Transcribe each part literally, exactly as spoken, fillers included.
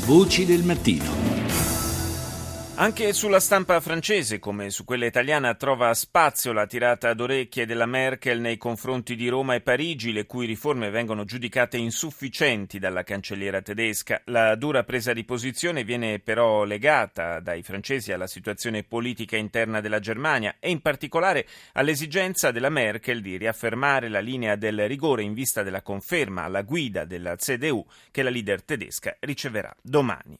Voci del mattino. Anche sulla stampa francese, come su quella italiana, trova spazio la tirata d'orecchie della Merkel nei confronti di Roma e Parigi, le cui riforme vengono giudicate insufficienti dalla cancelliera tedesca. La dura presa di posizione viene però legata dai francesi alla situazione politica interna della Germania e in particolare all'esigenza della Merkel di riaffermare la linea del rigore in vista della conferma alla guida della C D U che la leader tedesca riceverà domani.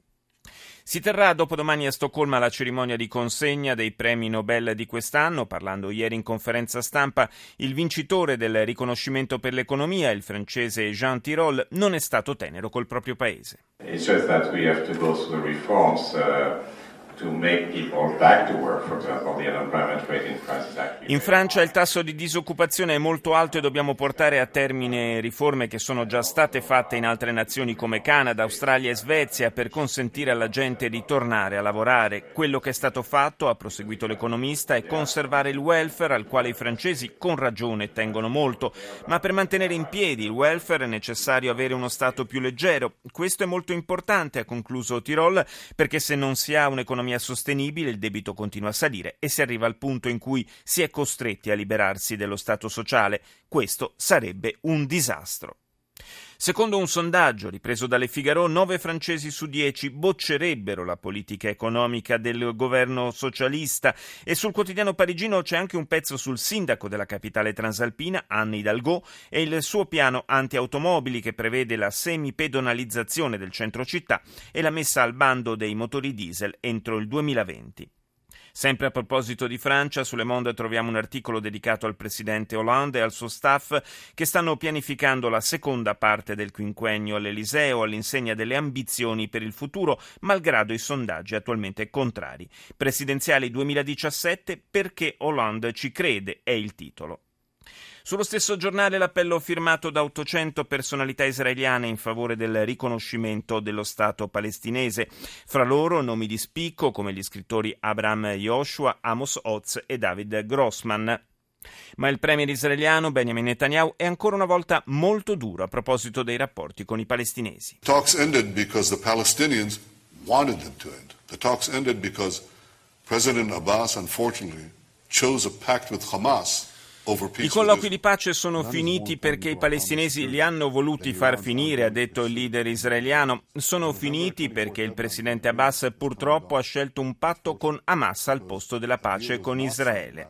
Si terrà dopodomani a Stoccolma la cerimonia di consegna dei premi Nobel di quest'anno. Parlando ieri in conferenza stampa, il vincitore del riconoscimento per l'economia, il francese Jean Tirole, non è stato tenero col proprio paese. It's just that we have to go through the reforms uh... to make people back to work, for example, the unemployment rate in France is actually... In Francia il tasso di disoccupazione è molto alto e dobbiamo portare a termine riforme che sono già state fatte in altre nazioni come Canada, Australia e Svezia per consentire alla gente di tornare a lavorare. Quello che è stato fatto, ha proseguito l'economista, è conservare il welfare al quale i francesi con ragione tengono molto, ma per mantenere in piedi il welfare è necessario avere uno Stato più leggero. Questo è molto importante, ha concluso Tirole, perché se non si ha un'economia sostenibile, il debito continua a salire e si arriva al punto in cui si è costretti a liberarsi dello Stato sociale. Questo sarebbe un disastro. Secondo un sondaggio ripreso dalle Figaro, nove francesi su dieci boccerebbero la politica economica del governo socialista e sul quotidiano parigino c'è anche un pezzo sul sindaco della capitale transalpina, Anne Hidalgo, e il suo piano anti-automobili che prevede la semipedonalizzazione del centro città e la messa al bando dei motori diesel entro il duemilaventi. Sempre a proposito di Francia, su Le Monde troviamo un articolo dedicato al presidente Hollande e al suo staff che stanno pianificando la seconda parte del quinquennio all'Eliseo all'insegna delle ambizioni per il futuro, malgrado i sondaggi attualmente contrari. Presidenziali duemiladiciassette, perché Hollande ci crede, è il titolo. Sullo stesso giornale l'appello firmato da ottocento personalità israeliane in favore del riconoscimento dello Stato palestinese. Fra loro nomi di spicco come gli scrittori Abraham Yoshua, Amos Oz e David Grossman. Ma il premier israeliano Benjamin Netanyahu è ancora una volta molto duro a proposito dei rapporti con i palestinesi. Talks ended because the Palestinians wanted them to end. The talks ended because President Abbas unfortunately chose a pact with Hamas. I colloqui di pace sono finiti perché i palestinesi li hanno voluti far finire, ha detto il leader israeliano. Sono finiti perché il presidente Abbas purtroppo ha scelto un patto con Hamas al posto della pace con Israele.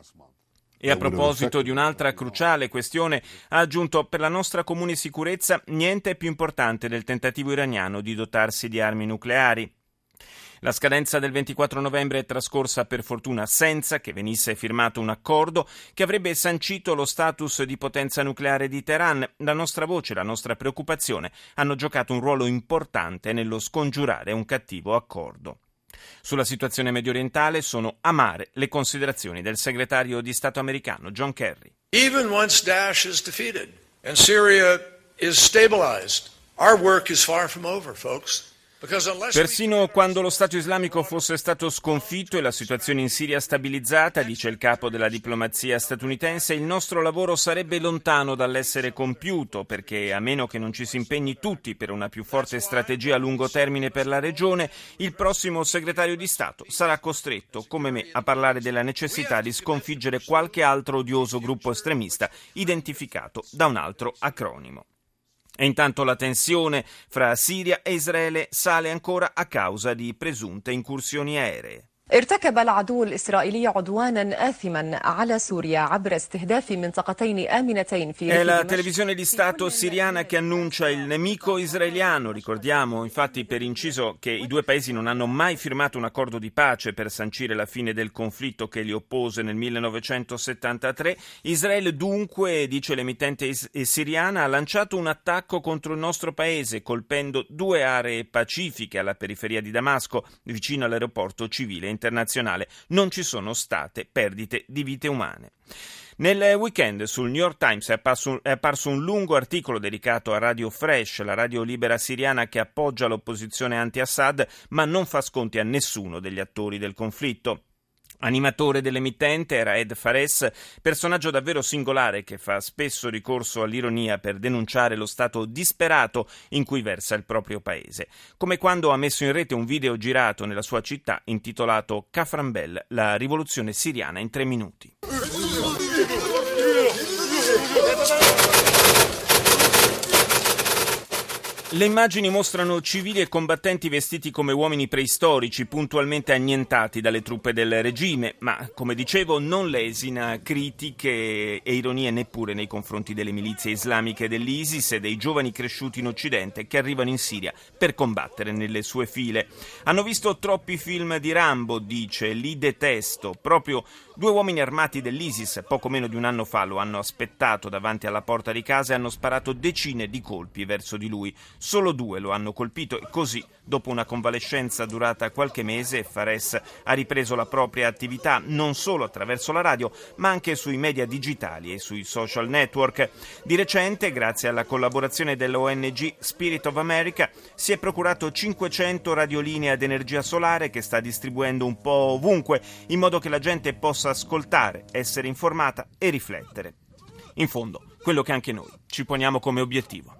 E a proposito di un'altra cruciale questione, ha aggiunto: per la nostra comune sicurezza niente è più importante del tentativo iraniano di dotarsi di armi nucleari. La scadenza del ventiquattro novembre è trascorsa per fortuna senza che venisse firmato un accordo che avrebbe sancito lo status di potenza nucleare di Teheran. La nostra voce, la nostra preoccupazione hanno giocato un ruolo importante nello scongiurare un cattivo accordo. Sulla situazione mediorientale sono amare le considerazioni del segretario di Stato americano John Kerry. Even once Daesh is defeated and Syria is stabilized, our work is far from over, folks. Persino quando lo Stato islamico fosse stato sconfitto e la situazione in Siria stabilizzata, dice il capo della diplomazia statunitense, il nostro lavoro sarebbe lontano dall'essere compiuto, perché a meno che non ci si impegni tutti per una più forte strategia a lungo termine per la regione, il prossimo segretario di Stato sarà costretto, come me, a parlare della necessità di sconfiggere qualche altro odioso gruppo estremista identificato da un altro acronimo. E intanto la tensione fra Siria e Israele sale ancora a causa di presunte incursioni aeree. ارتكب العدو الإسرائيلي عدوانا آثما على سوريا عبر استهداف منطقتين آمنتين في È la televisione di Stato siriana che annuncia il nemico israeliano. Ricordiamo infatti per inciso che i due paesi non hanno mai firmato un accordo di pace per sancire la fine del conflitto che li oppose nel millenovecentosettantatré. Israele dunque, dice l'emittente is- siriana, ha lanciato un attacco contro il nostro paese colpendo due aree pacifiche alla periferia di Damasco vicino all'aeroporto civile internazionale. Non ci sono state perdite di vite umane. Nel weekend sul New York Times è apparso, è apparso un lungo articolo dedicato a Radio Fresh, la radio libera siriana che appoggia l'opposizione anti-Assad ma non fa sconti a nessuno degli attori del conflitto. Animatore dell'emittente era Ed Fares, personaggio davvero singolare che fa spesso ricorso all'ironia per denunciare lo stato disperato in cui versa il proprio paese, come quando ha messo in rete un video girato nella sua città intitolato Kafranbel, la rivoluzione siriana in tre minuti. Le immagini mostrano civili e combattenti vestiti come uomini preistorici, puntualmente annientati dalle truppe del regime, ma, come dicevo, non lesina critiche e ironie neppure nei confronti delle milizie islamiche dell'ISIS e dei giovani cresciuti in Occidente che arrivano in Siria per combattere nelle sue file. Hanno visto troppi film di Rambo, dice, li detesto. Proprio due uomini armati dell'ISIS, poco meno di un anno fa, lo hanno aspettato davanti alla porta di casa e hanno sparato decine di colpi verso di lui. Solo due lo hanno colpito e così, dopo una convalescenza durata qualche mese, Fares ha ripreso la propria attività non solo attraverso la radio, ma anche sui media digitali e sui social network. Di recente, grazie alla collaborazione dell'O N G Spirit of America, si è procurato cinquecento radiolinee ad energia solare che sta distribuendo un po' ovunque, in modo che la gente possa ascoltare, essere informata e riflettere. In fondo, quello che anche noi ci poniamo come obiettivo.